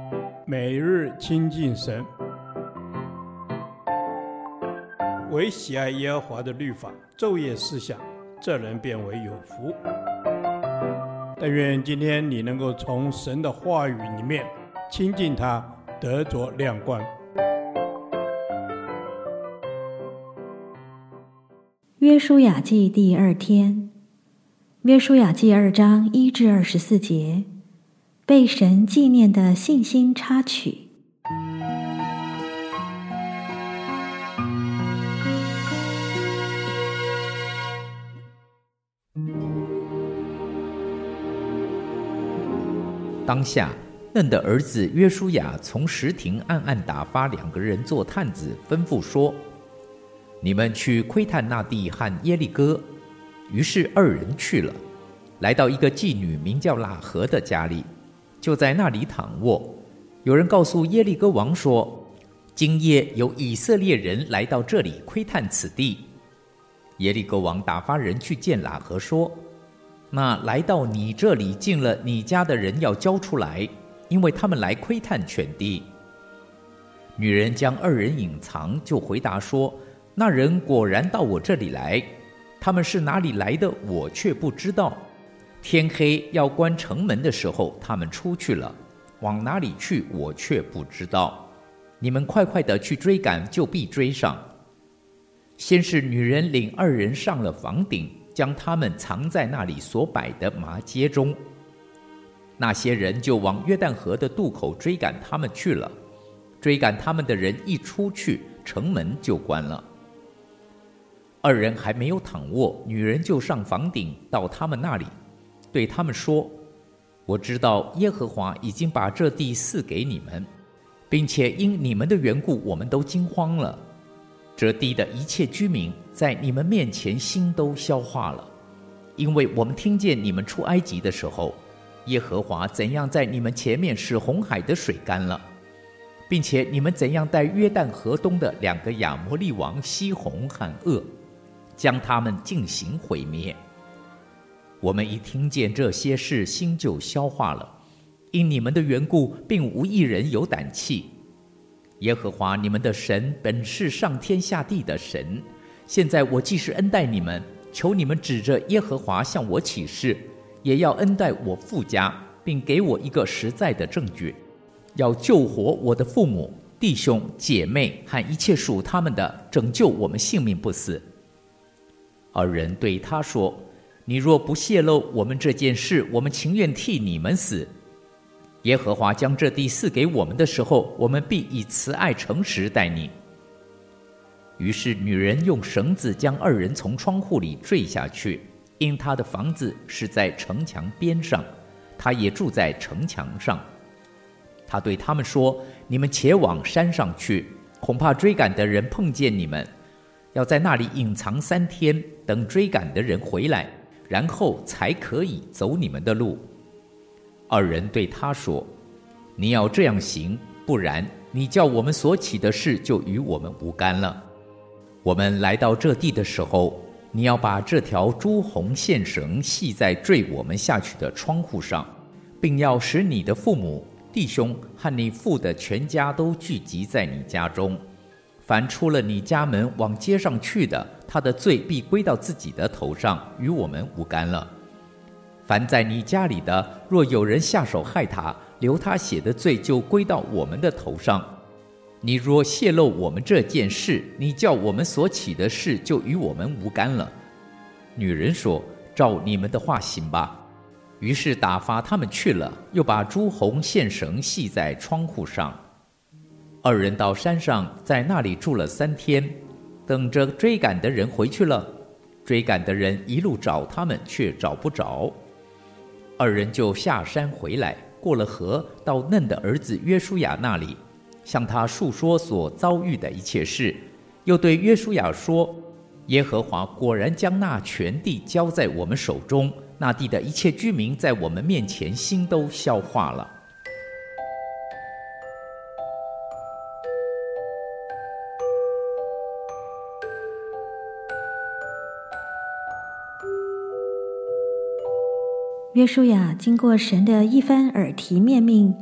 每日亲近神，唯喜爱耶和华的律法，昼夜思想，这人变为有福。但愿今天你能够从神的话语里面亲近他，得着亮光。 约书亚记第2天，约书亚记2章1至24节，被神纪念的信心插曲。 当下，嫩的儿子约书亚从石亭暗暗打发2个人做探子，吩咐说：你们去窥探那地和耶利哥。于是2人去了，来到一个妓女名叫喇合的家里，就在那里躺卧。有人告诉耶利哥王说，今夜有以色列人来到这里窥探此地。耶利哥王打发人去见喇合说，那来到你这里进了你家的人要交出来，因为他们来窥探全地。女人将2人隐藏，就回答说，那人果然到我这里来，他们是哪里来的，我却不知道。天黑要关城门的时候，他们出去了，往哪里去，我却不知道。你们快快地去追赶，就必追上。先是女人领2人上了房顶，将他们藏在那里所摆的麻秸中。那些人就往约旦河的渡口追赶他们去了。追赶他们的人一出去，城门就关了。2人还没有躺卧，女人就上房顶到他们那里，对他们说，我知道耶和华已经把这地赐给你们，并且因你们的缘故，我们都惊慌了。这地的一切居民在你们面前心都消化了，因为我们听见你们出埃及的时候，耶和华怎样在你们前面使红海的水干了，并且你们怎样带约旦河东的2个亚摩利王西宏和噩，将他们进行毁灭。我们一听见这些事，心就消化了，因你们的缘故，并无一人有胆气。耶和华你们的神本是上天下地的神，现在我既是恩待你们，求你们指着耶和华向我起誓，也要恩待我父家，并给我一个实在的证据，要救活我的父母、弟兄、姐妹和一切属他们的，拯救我们性命不死。2人对他说，你若不泄露我们这件事，我们情愿替你们死。耶和华将这地赐给我们的时候，我们必以慈爱诚实待你。于是女人用绳子将2人从窗户里坠下去，因她的房子是在城墙边上，她也住在城墙上。她对他们说，你们且往山上去，恐怕追赶的人碰见你们，要在那里隐藏3天，等追赶的人回来，然后才可以走你们的路。2人对他说，你要这样行，不然你叫我们所起的事就与我们无干了。我们来到这地的时候，你要把这条朱红线绳系在坠我们下去的窗户上，并要使你的父母、弟兄和你父的全家都聚集在你家中。凡出了你家门往街上去的，他的罪必归到自己的头上，与我们无干了。凡在你家里的，若有人下手害他，流他血的罪就归到我们的头上。你若泄露我们这件事，你叫我们所起的事就与我们无干了。女人说，照你们的话行吧。于是打发他们去了，又把朱红线绳系在窗户上。2人到山上，在那里住了3天，等着追赶的人回去了。追赶的人一路找他们，却找不着。2人就下山回来，过了河，到嫩的儿子约书亚那里，向他述说所遭遇的一切事，又对约书亚说，耶和华果然将那全地交在我们手中，那地的一切居民在我们面前心都消化了。 约书亚经过神的一番耳提面命，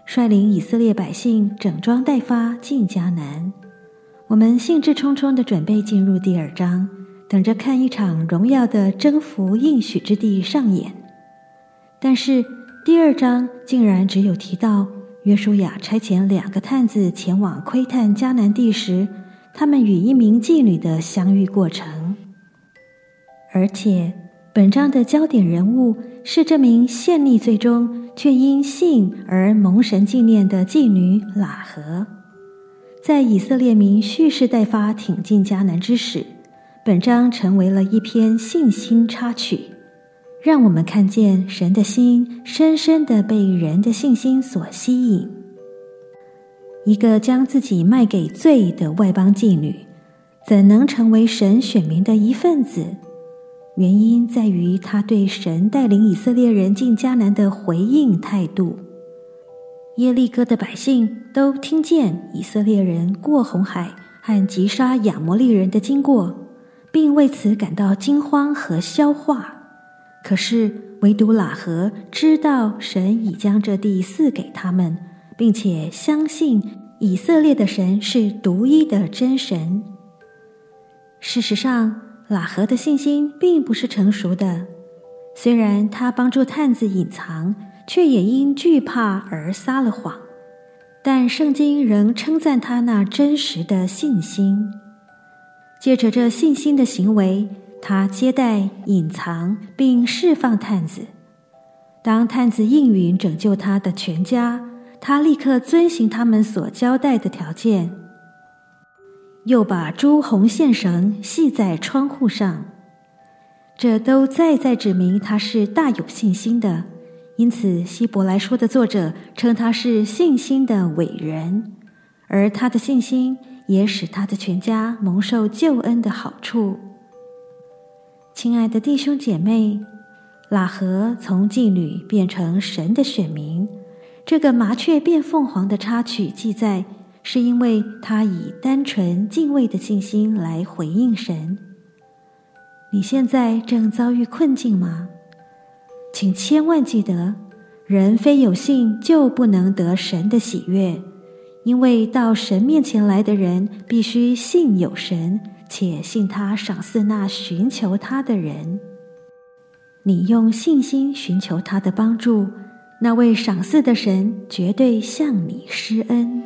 率领以色列百姓整装待发进迦南。我们兴致冲冲地准备进入第2章，等着看一场荣耀的征服应许之地上演。但是第2章竟然只有提到约书亚差遣2个探子前往窥探迦南地时，他们与一名妓女的相遇过程。而且本章的焦点人物是这名陷溺罪中却因信而蒙神纪念的妓女喇合。在以色列民蓄势待发挺进迦南之时，本章成为了一篇信心插曲，让我们看见神的心深深地被人的信心所吸引。一个将自己卖给罪的外邦妓女，怎能成为神选民的一份子？原因在于她对神带领以色列人进迦南的回应态度。耶利哥的百姓都听见以色列人过红海和击杀亚摩利人的经过，并为此感到惊慌和消化。可是唯独喇合知道神已将这地赐给他们，并且相信以色列的神是独一的真神。事实上，喇合的信心并不是成熟的，虽然他帮助探子隐藏，却也因惧怕而撒了谎，但圣经仍称赞他那真实的信心。借着这信心的行为，他接待、隐藏并释放探子。当探子应允拯救他的全家，他立刻遵行他们所交代的条件，又把朱红线绳系在窗户上。这都再指明他是大有信心的，因此希伯来书的作者称他是信心的伟人，而他的信心也使他的全家蒙受救恩的好处。亲爱的弟兄姐妹，喇合从妓女变成神的选民，这个麻雀变凤凰的插曲记载，是因为他以单纯敬畏的信心来回应神。你现在正遭遇困境吗？请千万记得，人非有信就不能得神的喜悦，因为到神面前来的人必须信有神，且信他赏赐那寻求他的人。你用信心寻求他的帮助，那位赏赐的神绝对向你施恩。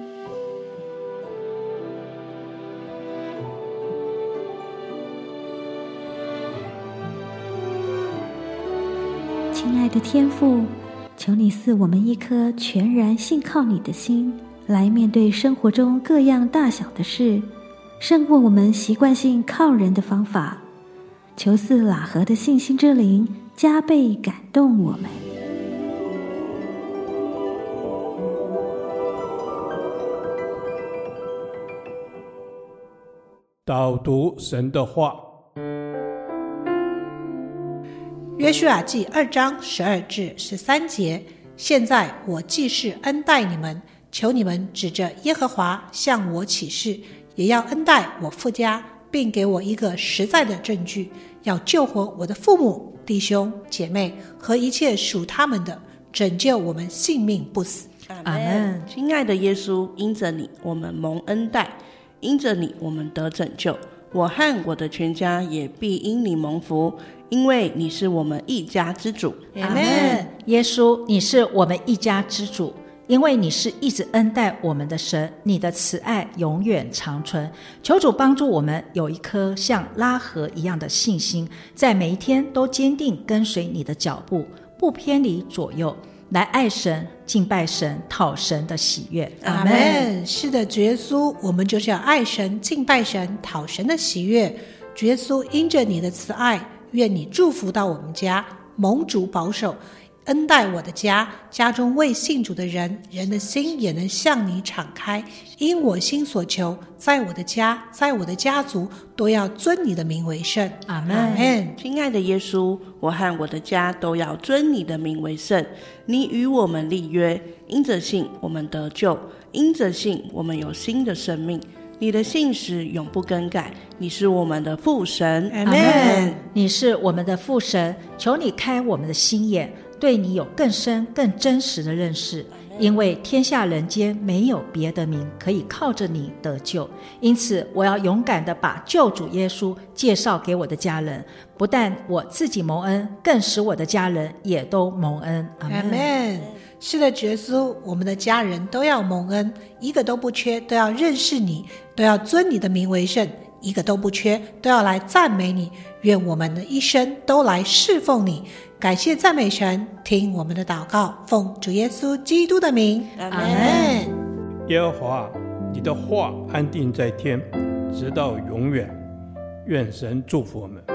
亲爱的天父，求你赐我们一颗全然信靠你的心，来面对生活中各样大小的事，胜过我们习惯性靠人的方法。求赐喇合的信心之灵加倍感动我们。 导读神的话。 约书亚记2章12至13节，现在我既是恩待你们，求你们指着耶和华向我起誓，也要恩待我父家，并给我一个实在的证据，要救活我的父母、弟兄、姐妹和一切属他们的，拯救我们性命不死。 阿们。亲爱的耶稣，因着你我们蒙恩待，因着你我们得拯救，我和我的全家也必因你蒙福，因为你是我们一家之主。 阿们。 耶稣，你是我们一家之主，因为你是一直恩待我们的神，你的慈爱永远长存。求主帮助我们有一颗像拉合一样的信心，在每一天都坚定跟随你的脚步，不偏离左右，来爱神、敬拜神、讨神的喜悦。 阿们。是的，主耶稣，我们就是要爱神、敬拜神、讨神的喜悦。主耶稣，因着你的慈爱，愿你祝福到我们家，蒙主保守，恩待我的家，家中未信主的人，人的心也能向你敞开。因我心所求，在我的家，在我的家族，都要尊你的名为圣。 阿们。 阿们。 亲爱的耶稣，我和我的家都要尊你的名为圣。你与我们立约，因着信我们得救，因着信我们有新的生命。你的信实永不更改，你是我们的父神。 阿们。 你是我们的父神，求你开我们的心眼，对你有更深更真实的认识， 因为天下人间没有别的名可以靠着你得救，因此我要勇敢地把救主耶稣介绍给我的家人，不但我自己蒙恩，更使我的家人也都蒙恩。阿们。 是的，耶稣，我们的家人都要蒙恩，一个都不缺，都要认识你，都要尊你的名为圣，一个都不缺，都要来赞美你。愿我们的一生都来侍奉你。感谢赞美神，听我们的祷告，奉主耶稣基督的名， 阿们。 耶和华，你的话安定在天，直到永远。愿神祝福我们。